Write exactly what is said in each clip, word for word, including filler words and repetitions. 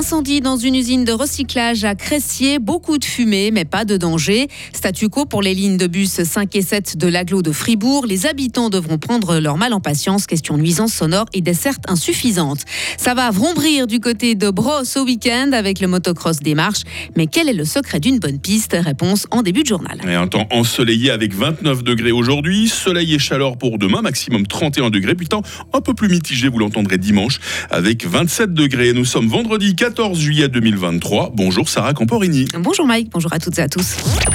Incendie dans une usine de recyclage à Cressier, beaucoup de fumée mais pas de danger. Statu quo pour les lignes de bus cinq et sept de l'agglo de Fribourg. Les habitants devront prendre leur mal en patience, question nuisances sonores et dessertes insuffisantes. Ça va vrombrir du côté de Bros au week-end avec le motocross des Marches. Mais quel est le secret d'une bonne piste ? Réponse en début de journal. Et un temps ensoleillé avec vingt-neuf degrés aujourd'hui, soleil et chaleur pour demain, maximum trente et un degrés, puis temps un peu plus mitigé, vous l'entendrez dimanche, avec vingt-sept degrés. Nous sommes vendredi quatorze juillet deux mille vingt-trois. Bonjour Sarah Camporini. Bonjour Mike, bonjour à toutes et à tous.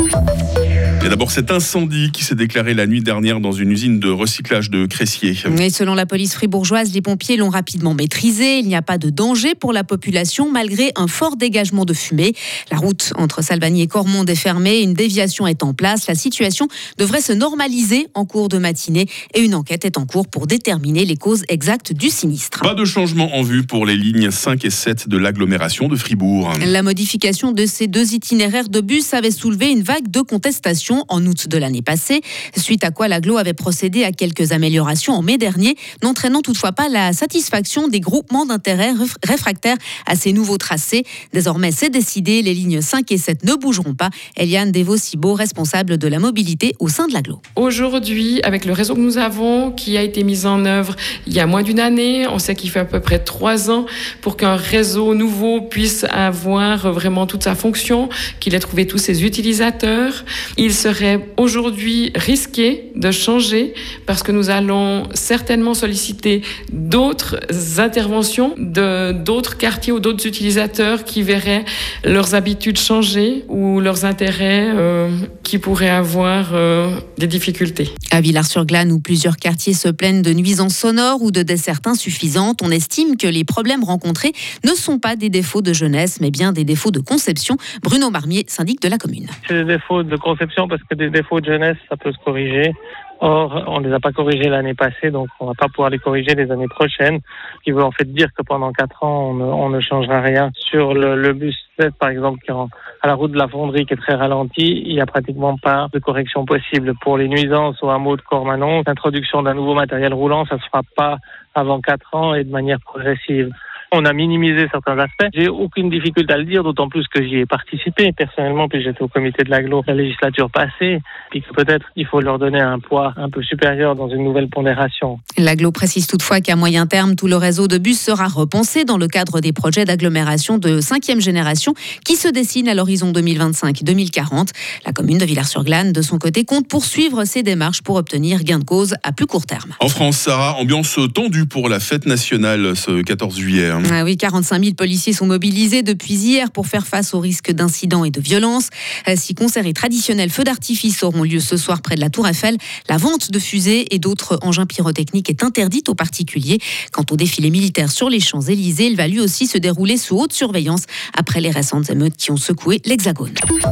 Et d'abord cet incendie qui s'est déclaré la nuit dernière dans une usine de recyclage de Cressier. Et selon la police fribourgeoise, les pompiers l'ont rapidement maîtrisé. Il n'y a pas de danger pour la population malgré un fort dégagement de fumée. La route entre Salvagny et Cormonde est fermée. Une déviation est en place. La situation devrait se normaliser en cours de matinée et une enquête est en cours pour déterminer les causes exactes du sinistre. Pas de changement en vue pour les lignes cinq et sept de l'agglomération de Fribourg. La modification de ces deux itinéraires de bus avait soulevé une vague de contestation en août de l'année passée, suite à quoi l'agglo avait procédé à quelques améliorations en mai dernier, n'entraînant toutefois pas la satisfaction des groupements d'intérêt réfractaires à ces nouveaux tracés. Désormais, c'est décidé, les lignes cinq et sept ne bougeront pas. Eliane Devos-Cibo, responsable de la mobilité au sein de l'agglo. Aujourd'hui, avec le réseau que nous avons, qui a été mis en œuvre il y a moins d'une année, on sait qu'il fait à peu près trois ans pour qu'un réseau nouveau puisse avoir vraiment toute sa fonction, qu'il ait trouvé tous ses utilisateurs. Il serait aujourd'hui risqué de changer parce que nous allons certainement solliciter d'autres interventions de d'autres quartiers ou d'autres utilisateurs qui verraient leurs habitudes changer ou leurs intérêts euh, qui pourraient avoir euh, des difficultés. À Villars-sur-Glâne, où plusieurs quartiers se plaignent de nuisances sonores ou de dessertes insuffisantes, on estime que les problèmes rencontrés ne sont pas des défauts de jeunesse, mais bien des défauts de conception. Bruno Marmier, syndic de la commune. C'est des défauts de conception parce que des défauts de jeunesse, ça peut se corriger. Or, on ne les a pas corrigés l'année passée, donc on ne va pas pouvoir les corriger les années prochaines. Ce qui veut en fait dire que pendant quatre ans, on ne, on ne changera rien. Sur le, le bus sept, par exemple, qui est en, à la route de la Fonderie, qui est très ralentie, il n'y a pratiquement pas de correction possible. Pour les nuisances au hameau de Cormanon, l'introduction d'un nouveau matériel roulant, ça ne se fera pas avant quatre ans et de manière progressive. On a minimisé certains aspects. J'ai aucune difficulté à le dire, d'autant plus que j'y ai participé personnellement, puis j'étais au comité de l'agglo la législature passée, puis que peut-être il faut leur donner un poids un peu supérieur dans une nouvelle pondération. L'agglo précise toutefois qu'à moyen terme, tout le réseau de bus sera repensé dans le cadre des projets d'agglomération de cinquième génération qui se dessinent à l'horizon deux mille vingt-cinq deux mille quarante. La commune de Villars-sur-Glâne, de son côté, compte poursuivre ses démarches pour obtenir gain de cause à plus court terme. En France, Sarah, ambiance tendue pour la fête nationale ce quatorze juillet. Ah oui, quarante-cinq mille policiers sont mobilisés depuis hier pour faire face au risque d'incidents et de violences. Si concerts et traditionnels feux d'artifice auront lieu ce soir près de la Tour Eiffel, la vente de fusées et d'autres engins pyrotechniques est interdite aux particuliers. Quant au défilé militaire sur les Champs-Élysées, il va lui aussi se dérouler sous haute surveillance après les récentes émeutes qui ont secoué l'Hexagone.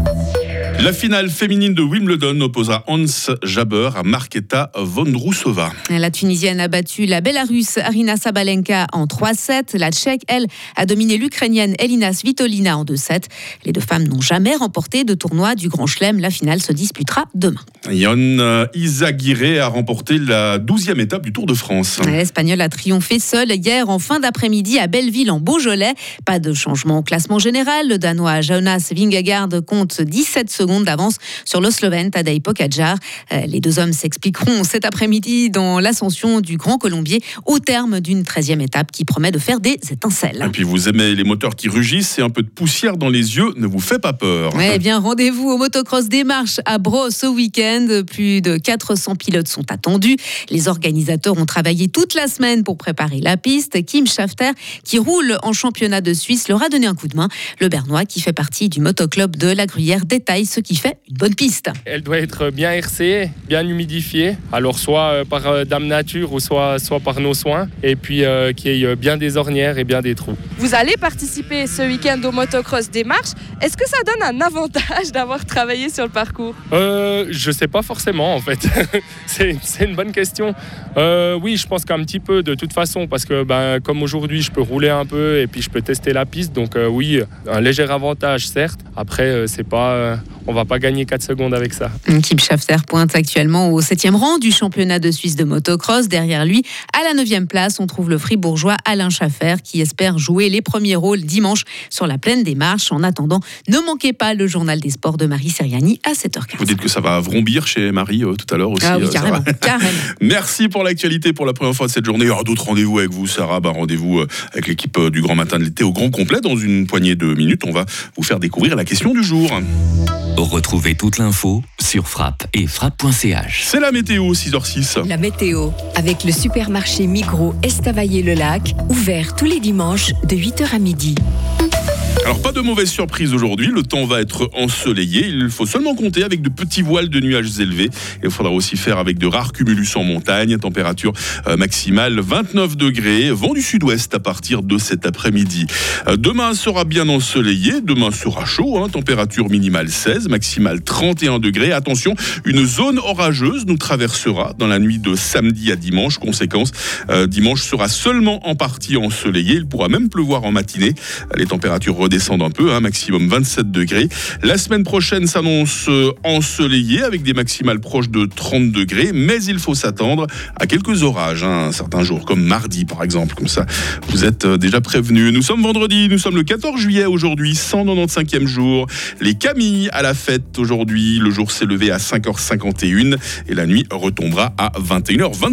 La finale féminine de Wimbledon opposera Hans Jaber à Markéta Vondrousova. La Tunisienne a battu la Bélarusse Arina Sabalenka en trois sept. La Tchèque, elle, a dominé l'Ukrainienne Elina Svitolina en deux sept. Les deux femmes n'ont jamais remporté de tournoi du Grand Chelem. La finale se disputera demain. Ion Izagirre a remporté la douzième étape du Tour de France. L'Espagnol a triomphé seul hier en fin d'après-midi à Belleville en Beaujolais. Pas de changement au classement général. Le Danois Jonas Vingegaard compte dix-sept secondes d'avance sur le Slovène Tadej Pogačar. Les deux hommes s'expliqueront cet après-midi dans l'ascension du Grand Colombier au terme d'une treizième étape qui promet de faire des étincelles. Et puis vous aimez les moteurs qui rugissent et un peu de poussière dans les yeux ne vous fait pas peur. Eh bien, rendez-vous au motocross des Marches à Bros ce week-end. Plus de quatre cents pilotes sont attendus. Les organisateurs ont travaillé toute la semaine pour préparer la piste. Kim Schafter, qui roule en championnat de Suisse, leur a donné un coup de main. Le Bernois, qui fait partie du motoclub de la Gruyère, détaille ce qui fait une bonne piste. Elle doit être bien hercée, bien humidifiée, alors soit par euh, Dame Nature ou soit, soit par nos soins, et puis euh, qu'il y ait bien des ornières et bien des trous. Vous allez participer ce week-end au motocross des Marches. Est-ce que ça donne un avantage d'avoir travaillé sur le parcours ? euh, Je ne sais pas forcément en fait. c'est, c'est une bonne question. Euh, oui, je pense qu'un petit peu de toute façon, parce que ben, comme aujourd'hui je peux rouler un peu et puis je peux tester la piste, donc euh, oui, un léger avantage certes. Après, euh, c'est pas... Euh, on va pas gagner quatre secondes avec ça. Kip Schafter pointe actuellement au septième rang du championnat de Suisse de motocross. Derrière lui, à la neuvième place, on trouve le fribourgeois Alain Schaffer qui espère jouer les premiers rôles dimanche sur la plaine des Marches. En attendant, ne manquez pas le journal des sports de Marie Seriani à sept heures quinze. Vous dites que ça va vrombir chez Marie euh, tout à l'heure aussi. Ah oui, euh, carrément, carrément. Merci pour l'actualité pour la première fois de cette journée. Il y aura d'autres rendez-vous avec vous, Sarah. Bah, rendez-vous euh, avec l'équipe euh, du Grand Matin de l'été au grand complet. Dans une poignée de minutes, on va vous faire découvrir la question du jour. Retrouvez toute l'info sur frappe et frappe point c h. C'est la météo, six heures six. La météo, avec le supermarché Migros Estavayer-le-Lac, ouvert tous les dimanches de huit heures à midi. Alors pas de mauvaise surprise aujourd'hui, le temps va être ensoleillé, il faut seulement compter avec de petits voiles de nuages élevés. Et il faudra aussi faire avec de rares cumulus en montagne, température euh, maximale vingt-neuf degrés, vent du sud-ouest à partir de cet après-midi. Euh, demain sera bien ensoleillé, demain sera chaud, hein, température minimale seize, maximale trente et un degrés. Attention, une zone orageuse nous traversera dans la nuit de samedi à dimanche. Conséquence, euh, dimanche sera seulement en partie ensoleillé, il pourra même pleuvoir en matinée. Les températures redescendent un peu, hein, maximum vingt-sept degrés. La semaine prochaine s'annonce ensoleillée avec des maximales proches de trente degrés, mais il faut s'attendre à quelques orages, hein, certains jours, comme mardi par exemple, comme ça vous êtes déjà prévenus. Nous sommes vendredi, nous sommes le quatorze juillet aujourd'hui, cent quatre-vingt-quinzième jour. Les Camilles à la fête aujourd'hui, le jour s'est levé à cinq heures cinquante et une et la nuit retombera à vingt et une heures vingt.